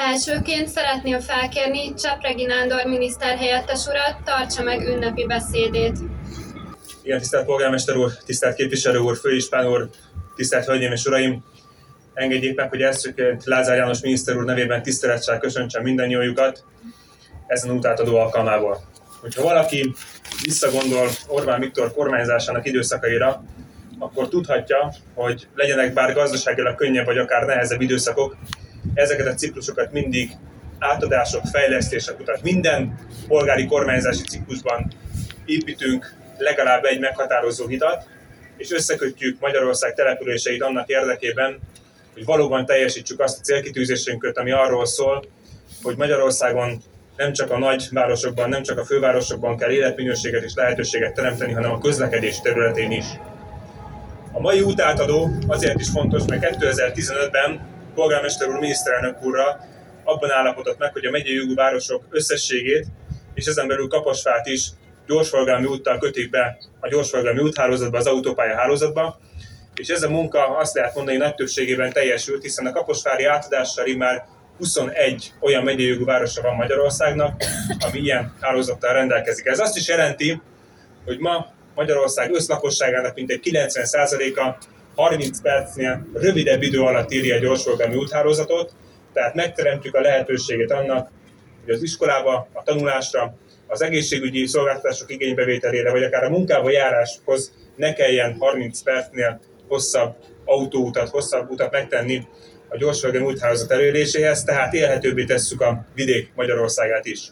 Elsőként szeretném felkérni Csepregi Nándor miniszterhelyettes urat, tartsa meg ünnepi beszédét. Igen, tisztelt polgármester úr, tisztelt képviselő úr, főispán úr, tisztelt hölgyeim és uraim! Engedjék meg, hogy elsőként Lázár János miniszter úr nevében tisztelettel köszöntsem mindannyiójukat ezen útátadó alkalmából. Hogyha valaki visszagondol Orbán Viktor kormányzásának időszakaira, akkor tudhatja, hogy legyenek bár gazdaságilag könnyebb vagy akár nehezebb időszakok, ezeket a ciklusokat mindig átadások, fejlesztések utat. Minden polgári kormányzási ciklusban építünk legalább egy meghatározó hidat, és összekötjük Magyarország településeit annak érdekében, hogy valóban teljesítsük azt a célkitűzésünket, ami arról szól, hogy Magyarországon nem csak a nagyvárosokban, nem csak a fővárosokban kell életminőséget és lehetőséget teremteni, hanem a közlekedés területén is. A mai útátadó azért is fontos, mert 2015-ben polgármester úr miniszterelnök úrral abban állapodott meg, hogy a megyei jogú városok összességét, és ezen belül Kaposvárt is gyorsforgalmi úttal kötik be a gyorsforgalmi úthálózatba, az autópálya hálózatba, és ez a munka azt lehet mondani nagy többségében teljesült, hiszen a kaposvári átadással már 21 olyan megyei jogú városa van Magyarországnak, ami ilyen hálózattal rendelkezik. Ez azt is jelenti, hogy ma Magyarország összlakosságának mintegy 90%-a 30 percnél rövidebb idő alatt írja a gyorsforgalmi úthálózatot, tehát megteremtjük a lehetőséget annak, hogy az iskolába, a tanulásra, az egészségügyi szolgáltatások igénybevételére, vagy akár a munkába járáshoz ne kelljen 30 percnél hosszabb autóutat, hosszabb utat megtenni a gyorsforgalmi úthálózat eléréséhez, tehát élhetőbbé tesszük a vidék Magyarországát is.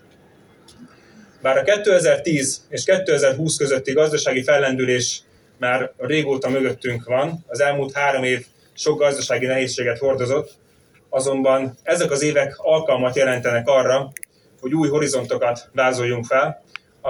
Bár a 2010 és 2020 közötti gazdasági fellendülés már régóta mögöttünk van, az elmúlt 3 év sok gazdasági nehézséget hordozott, azonban ezek az évek alkalmat jelentenek arra, hogy új horizontokat vázoljunk fel,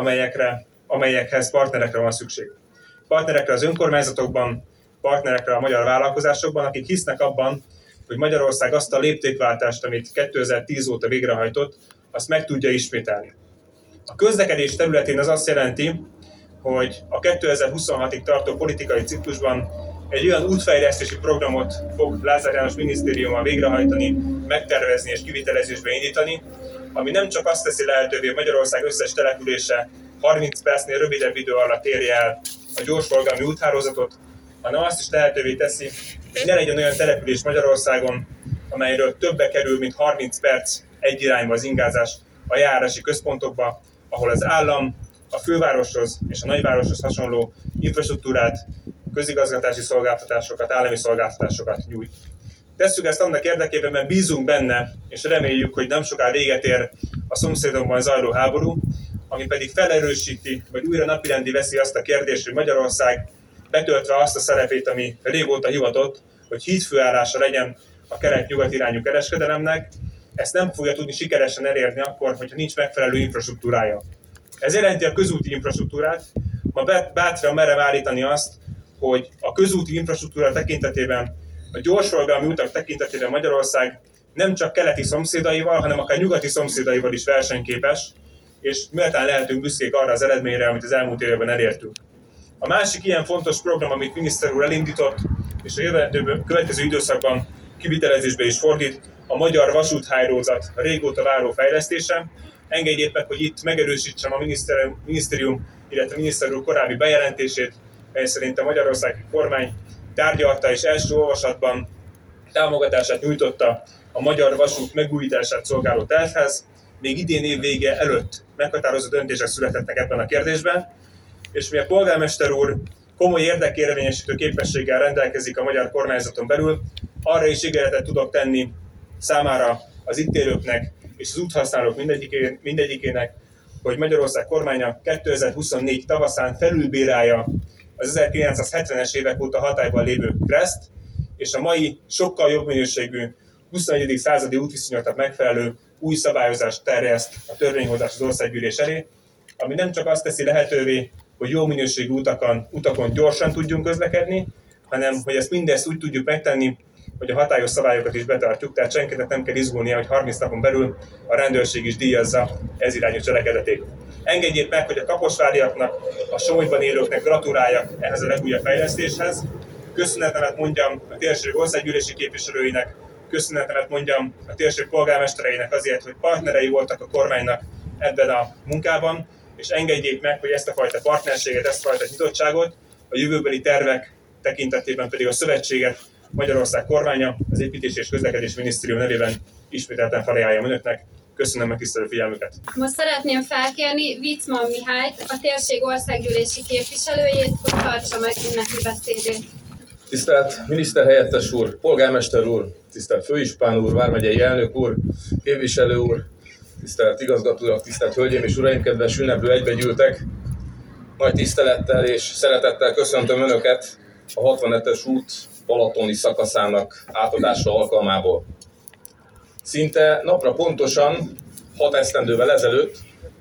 amelyekhez partnerekre van szükség. Partnerekre az önkormányzatokban, partnerekre a magyar vállalkozásokban, akik hisznek abban, hogy Magyarország azt a léptékváltást, amit 2010 óta végrehajtott, azt meg tudja ismételni. A közlekedés területén az azt jelenti, hogy a 2026-ig tartó politikai ciklusban egy olyan útfejlesztési programot fog Lázár János minisztériuma végrehajtani, megtervezni és kivitelezésbe indítani, ami nem csak azt teszi lehetővé, hogy Magyarország összes települése 30 percnél rövidebb idő alatt érje el a gyorsforgalmi úthálózatot, hanem azt is lehetővé teszi, hogy ne legyen olyan település Magyarországon, amelyről többe kerül, mint 30 perc egy irányba az ingázás a járási központokba, ahol az állam a fővároshoz és a nagyvároshoz hasonló infrastruktúrát, közigazgatási szolgáltatásokat, állami szolgáltatásokat nyújt. Tesszük ezt annak érdekében, mert bízunk benne, és reméljük, hogy nem soká véget ér a szomszédunkban zajló háború, ami pedig felerősíti, vagy újra napirendi veszi azt a kérdést, hogy Magyarország betöltve azt a szerepét, ami régóta hivatott, hogy hídfőállása legyen a kelet-nyugat irányú kereskedelemnek, ezt nem fogja tudni sikeresen elérni akkor, hogyha nincs megfelelő infrastruktúrája. Ez jelenti a közúti infrastruktúrát, ma bátran merem állítani azt, hogy a közúti infrastruktúra tekintetében, a gyorsforgalmi utak tekintetében Magyarország nem csak keleti szomszédaival, hanem akár nyugati szomszédaival is versenyképes, és méltán lehetünk büszkék arra az eredményre, amit az elmúlt években elértünk. A másik ilyen fontos program, amit miniszter úr elindított, és a következő időszakban kivitelezésbe is fordít, a magyar vasúthálózat régóta váró fejlesztése. Engedjék meg, hogy itt megerősítsem a minisztérium, illetve a miniszter úr korábbi bejelentését, mely szerint a magyarországi kormány tárgyalta és első olvasatban támogatását nyújtotta a magyar vasút megújítását szolgáló tervhez. Még idén év vége előtt meghatározó döntések születettek ebben a kérdésben, és mi a polgármester úr komoly érdekérvényesítő képességgel rendelkezik a magyar kormányzaton belül, arra is ígéretet tudok tenni számára, az itt élőknek és az úthasználók mindegyikének, hogy Magyarország kormánya 2024 tavaszán felülbírálja az 1970-es évek óta hatályban lévő KRESzt, és a mai sokkal jobb minőségű 21. századi útviszonyoknak megfelelő új szabályozást terjeszt a törvényhozás az országgyűlés elé, ami nem csak azt teszi lehetővé, hogy jó minőségű utakon gyorsan tudjunk közlekedni, hanem hogy ezt mindezt úgy tudjuk megtenni, hogy a hatályos szabályokat is betartjuk, tehát senkinek nem kell izgulnia, hogy 30 napon belül a rendőrség is díjazza ez irányú cselekedetét. Engedjék meg, hogy a kaposváriaknak, a Somogyban élőknek gratuláljak ehhez a legújabb fejlesztéshez. Köszönetemet mondjam a térség országgyűlési képviselőinek, köszönetemet mondjam a térség polgármestereinek azért, hogy partnerei voltak a kormánynak ebben a munkában, és engedjék meg, hogy ezt a fajta partnerséget, ezt a fajta nyitottságot, a jövőbeli tervek tekintetében pedig a szövetséget, Magyarország kormánya, az Építési és Közlekedési Minisztérium nevében ismételten felajánlom önöknek. Köszönöm megtisztelő figyelmüket! Most szeretném felkérni Vicman Mihályt, a térség országgyűlési képviselőjét, hogy tartsa meg ünnepi beszédét. Tisztelt miniszterhelyettes úr, polgármester úr, tisztelt főispán úr, vármegyei elnök úr, képviselő úr, tisztelt igazgató urak, tisztelt hölgyeim és uraim, kedves ünneplő egybegyűltek! Nagy tisztelettel és szeretettel köszöntöm önöket a 65-es út balatoni szakaszának átadása alkalmából. Szinte napra pontosan 6 esztendővel ezelőtt,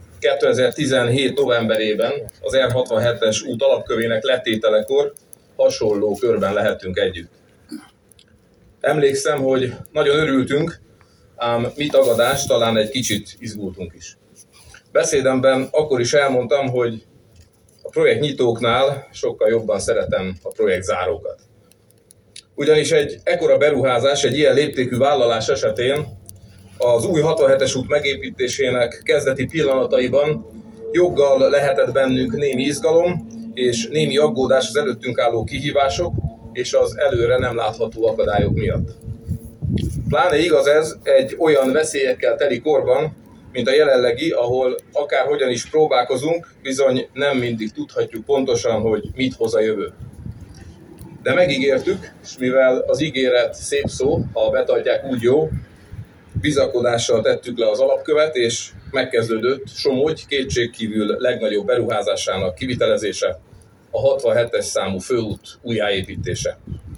2017. novemberében az R67-es út alapkövének letételekor hasonló körben lehetünk együtt. Emlékszem, hogy nagyon örültünk, ám mi tagadás, talán egy kicsit izgultunk is. Beszédemben akkor is elmondtam, hogy a projektnyitóknál sokkal jobban szeretem a projektzárókat. Ugyanis egy ekkora beruházás, egy ilyen léptékű vállalás esetén az új 67-es út megépítésének kezdeti pillanataiban joggal lehetett bennünk némi izgalom és némi aggódás az előttünk álló kihívások és az előre nem látható akadályok miatt. Pláne igaz ez egy olyan veszélyekkel teli korban, mint a jelenlegi, ahol akárhogyan is próbálkozunk, bizony nem mindig tudhatjuk pontosan, hogy mit hoz a jövő. De megígértük, és mivel az ígéret szép szó, ha betartják úgy jó, bizakodással tettük le az alapkövet, és megkezdődött Somogy kétségkívül legnagyobb beruházásának kivitelezése, a 67-es számú főút újjáépítése.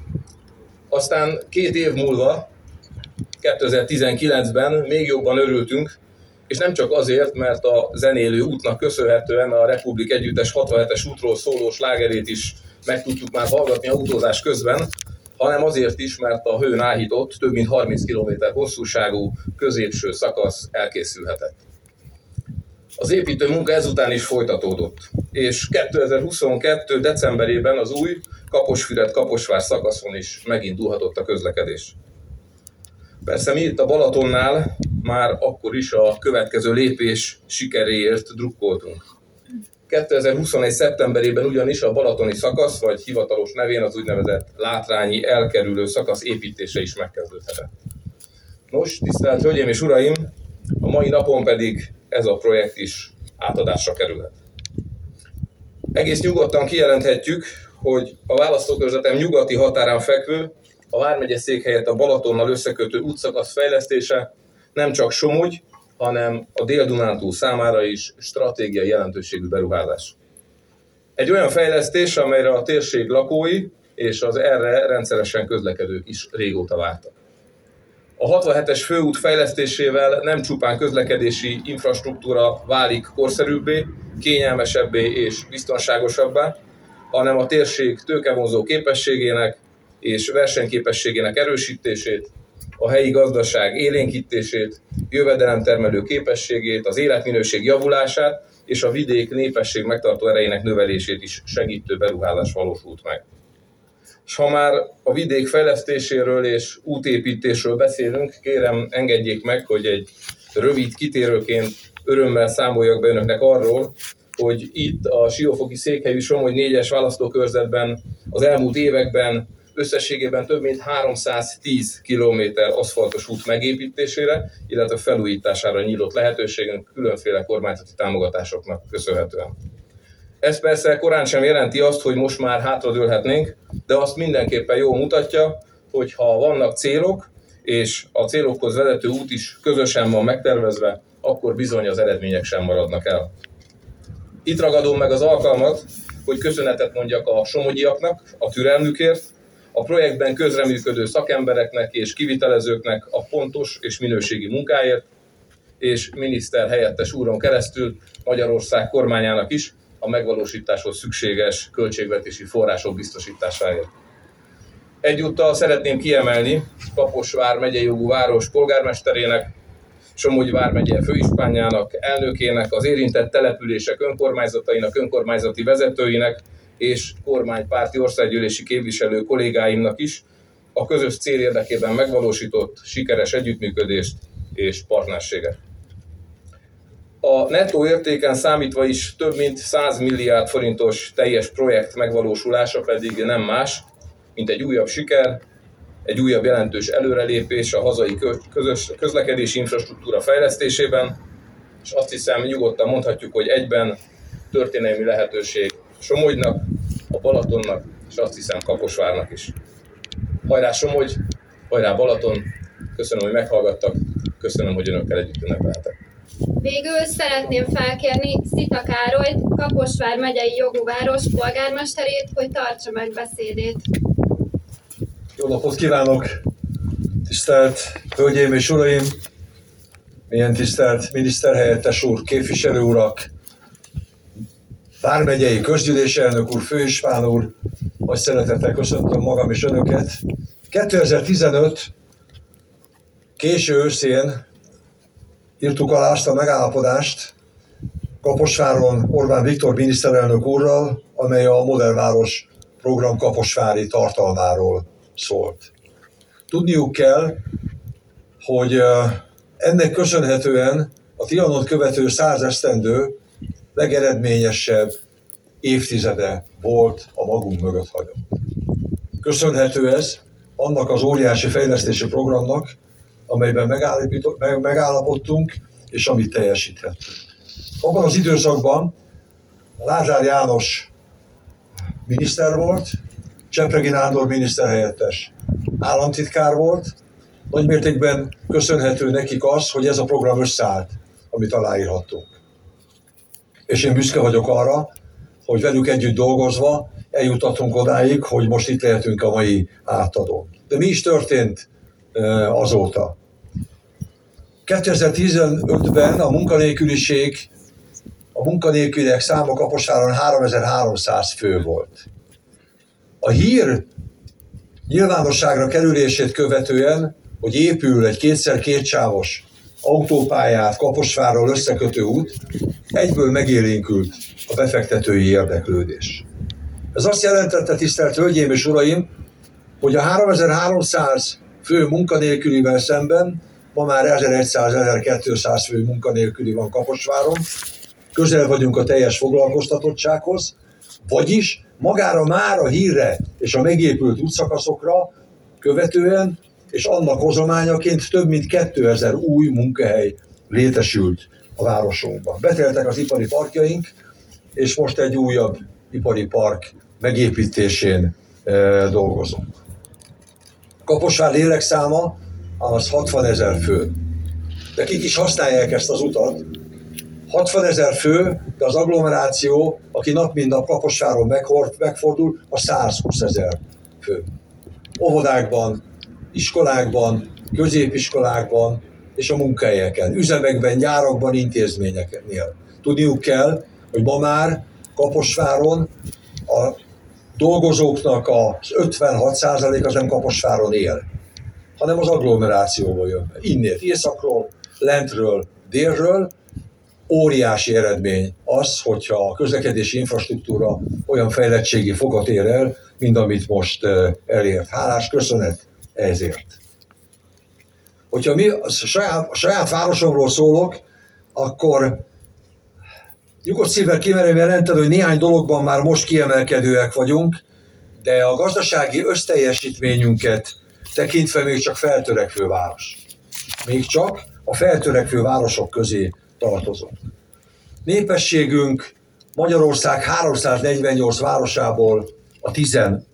Aztán 2 év múlva, 2019-ben még jobban örültünk, és nem csak azért, mert a zenélő útnak köszönhetően a Republik Együttes 67-es útról szóló slágerét is meg tudjuk már hallgatni autózás közben, hanem azért is, mert a hőn áhított, több mint 30 km hosszúságú középső szakasz elkészülhetett. Az építő munka ezután is folytatódott, és 2022. decemberében az új Kaposfüred-Kaposvár szakaszon is megindulhatott a közlekedés. Persze mi itt a Balatonnál már akkor is a következő lépés sikeréért drukkoltunk. 2021. szeptemberében ugyanis a balatoni szakasz, vagy hivatalos nevén az úgynevezett látrányi elkerülő szakasz építése is megkezdődhetett. Nos, tisztelt hölgyeim és uraim, a mai napon pedig ez a projekt is átadásra kerülhet. Egész nyugodtan kijelenthetjük, hogy a választókörzetem nyugati határán fekvő, a vármegye székhelyet a Balatonnal összekötő útszakasz fejlesztése nem csak Somogy, hanem a Dél-Dunántúl számára is stratégiai jelentőségű beruházás. Egy olyan fejlesztés, amelyre a térség lakói és az erre rendszeresen közlekedők is régóta vártak. A 67-es főút fejlesztésével nem csupán közlekedési infrastruktúra válik korszerűbbé, kényelmesebbé és biztonságosabbá, hanem a térség tőkevonzó képességének és versenyképességének erősítését, a helyi gazdaság élénkítését, jövedelemtermelő képességét, az életminőség javulását és a vidék népesség megtartó erejének növelését is segítő beruházás valósult meg. És ha már a vidék fejlesztéséről és útépítésről beszélünk, kérem engedjék meg, hogy egy rövid kitérőként örömmel számoljak be önöknek arról, hogy itt a siófoki székhelyű Somogy 4-es választókörzetben az elmúlt években összességében több mint 310 km aszfaltos út megépítésére, illetve felújítására nyílt lehetőségünk különféle kormányzati támogatásoknak köszönhetően. Ez persze korán sem jelenti azt, hogy most már hátradőlhetnénk, de azt mindenképpen jól mutatja, hogy ha vannak célok, és a célokhoz vezető út is közösen van megtervezve, akkor bizony az eredmények sem maradnak el. Itt ragadom meg az alkalmat, hogy köszönetet mondjak a somogyiaknak a türelmükért, a projektben közreműködő szakembereknek és kivitelezőknek a pontos és minőségi munkáért, és miniszterhelyettes úron keresztül Magyarország kormányának is a megvalósításhoz szükséges költségvetési források biztosításáért. Egyúttal szeretném kiemelni Kaposvár megyei jogú város polgármesterének, Somogy vármegye főispánjának, elnökének, az érintett települések önkormányzatainak, önkormányzati vezetőinek és kormánypárti országgyűlési képviselő kollégáimnak is a közös cél érdekében megvalósított sikeres együttműködést és partnerséget. A nettó értéken számítva is több mint 100 milliárd forintos teljes projekt megvalósulása pedig nem más, mint egy újabb siker, egy újabb jelentős előrelépés a hazai közlekedési infrastruktúra fejlesztésében, és azt hiszem nyugodtan mondhatjuk, hogy egyben történelmi lehetőség Somogynak, a Balatonnak, és azt hiszem Kaposvárnak is. Hajrá Somogy, hajrá Balaton, köszönöm, hogy meghallgattak, köszönöm, hogy önökkel együtt ünnepeltek. Végül szeretném felkérni Szita Károlyt, Kaposvár megyei jogú város polgármesterét, hogy tartsa meg beszédét. Jó napot kívánok, tisztelt Hölgyeim és Uraim, milyen tisztelt miniszterhelyettes úr, képviselő urak, vármegyei közgyűlés elnök úr, főispán úr, nagy szeretettel köszöntöm magam és önöket. 2015 késő őszén írtuk alá azt a megállapodást Kaposváron Orbán Viktor miniszterelnök úrral, amely a Modellváros program kaposvári tartalmáról szólt. Tudniuk kell, hogy ennek köszönhetően a Trianont követő 100 esztendő legeredményesebb évtizede volt a magunk mögött hagyott. Köszönhető ez annak az óriási fejlesztési programnak, amelyben megállapodtunk, és amit teljesíthettünk. Abban az időszakban Lázár János miniszter volt, Csepregi Nándor miniszterhelyettes államtitkár volt. Nagymértékben köszönhető nekik az, hogy ez a program összeállt, amit aláírhattunk. És én büszke vagyok arra, hogy velük együtt dolgozva eljutottunk odáig, hogy most itt lehetünk a mai átadón. De mi is történt azóta? 2015-ben a munkanélküliek száma Kaposváron 3300 fő volt. A hír nyilvánosságra kerülését követően, hogy épül egy kétszer-kétsávos autópályát Kaposvárral összekötő út, egyből megélénkült a befektetői érdeklődés. Ez azt jelentette, tisztelt Hölgyeim és Uraim, hogy a 3300 fő munkanélkülivel szemben ma már 1100-1200 fő munkanélküli van Kaposváron, közel vagyunk a teljes foglalkoztatottsághoz, vagyis magára már a hírre és a megépült útszakaszokra követően, és annak hozományaként több mint 2000 új munkahely létesült a városunkban. Beteltek az ipari parkjaink, és most egy újabb ipari park megépítésén dolgozunk. Kaposvár lélekszáma az 60 000 fő. De kik is használják ezt az utat? 60 000 fő, de az agglomeráció, aki nap mint nap Kaposváron megfordul, a 120 000 fő. Óvodákban, iskolákban, középiskolákban és a munkahelyeken, üzemekben, gyárakban, intézményeknél. Tudniuk kell, hogy ma már Kaposváron a dolgozóknak az 56% az nem Kaposváron él, hanem az agglomerációból jön be. Innét, északról, lentről, délről. Óriási eredmény az, hogyha a közlekedési infrastruktúra olyan fejlettségi fokat ér el, mint amit most elért. Hálás köszönet ezért. Hogyha a saját városomról szólok, akkor nyugodt szívvel kimerem jelenteni, hogy néhány dologban már most kiemelkedőek vagyunk, de a gazdasági összteljesítményünket tekintve még csak feltörekvő város. Még csak a feltörekvő városok közé tartozunk. Népességünk Magyarország 348 városából a 15.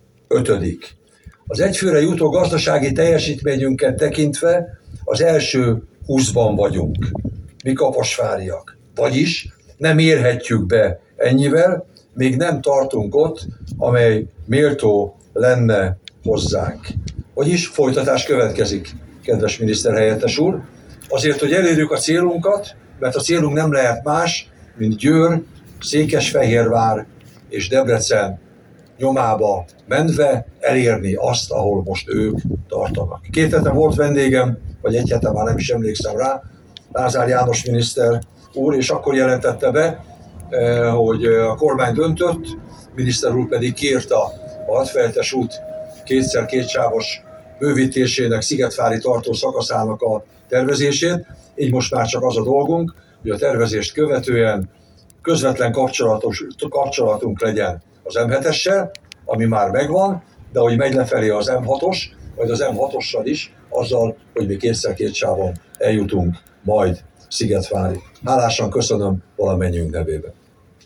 Az egyfőre jutó gazdasági teljesítményünket tekintve az első 20-ban vagyunk, mi kaposváriak. Vagyis nem érhetjük be ennyivel, még nem tartunk ott, amely méltó lenne hozzánk. Vagyis folytatás következik, kedves miniszterhelyettes úr. Azért, hogy elérjük a célunkat, mert a célunk nem lehet más, mint Győr, Székesfehérvár és Debrecen nyomába menve elérni azt, ahol most ők tartanak. 2 hete volt vendégem, vagy 1 hete, már nem is emlékszem rá, Lázár János miniszter úr, és akkor jelentette be, hogy a kormány döntött, miniszter úr pedig kiírta a 67-es út kétszer-kétsávos bővítésének Szigetvári tartó szakaszának a tervezését. Így most már csak az a dolgunk, hogy a tervezést követően közvetlen kapcsolatunk legyen az M7-essel, ami már megvan, de hogy megy lefelé az M6-os, majd az M6-ossal is, azzal, hogy mi kétszer két sávon eljutunk majd Szigetvárig. Hálásan köszönöm valamennyiünk nevében.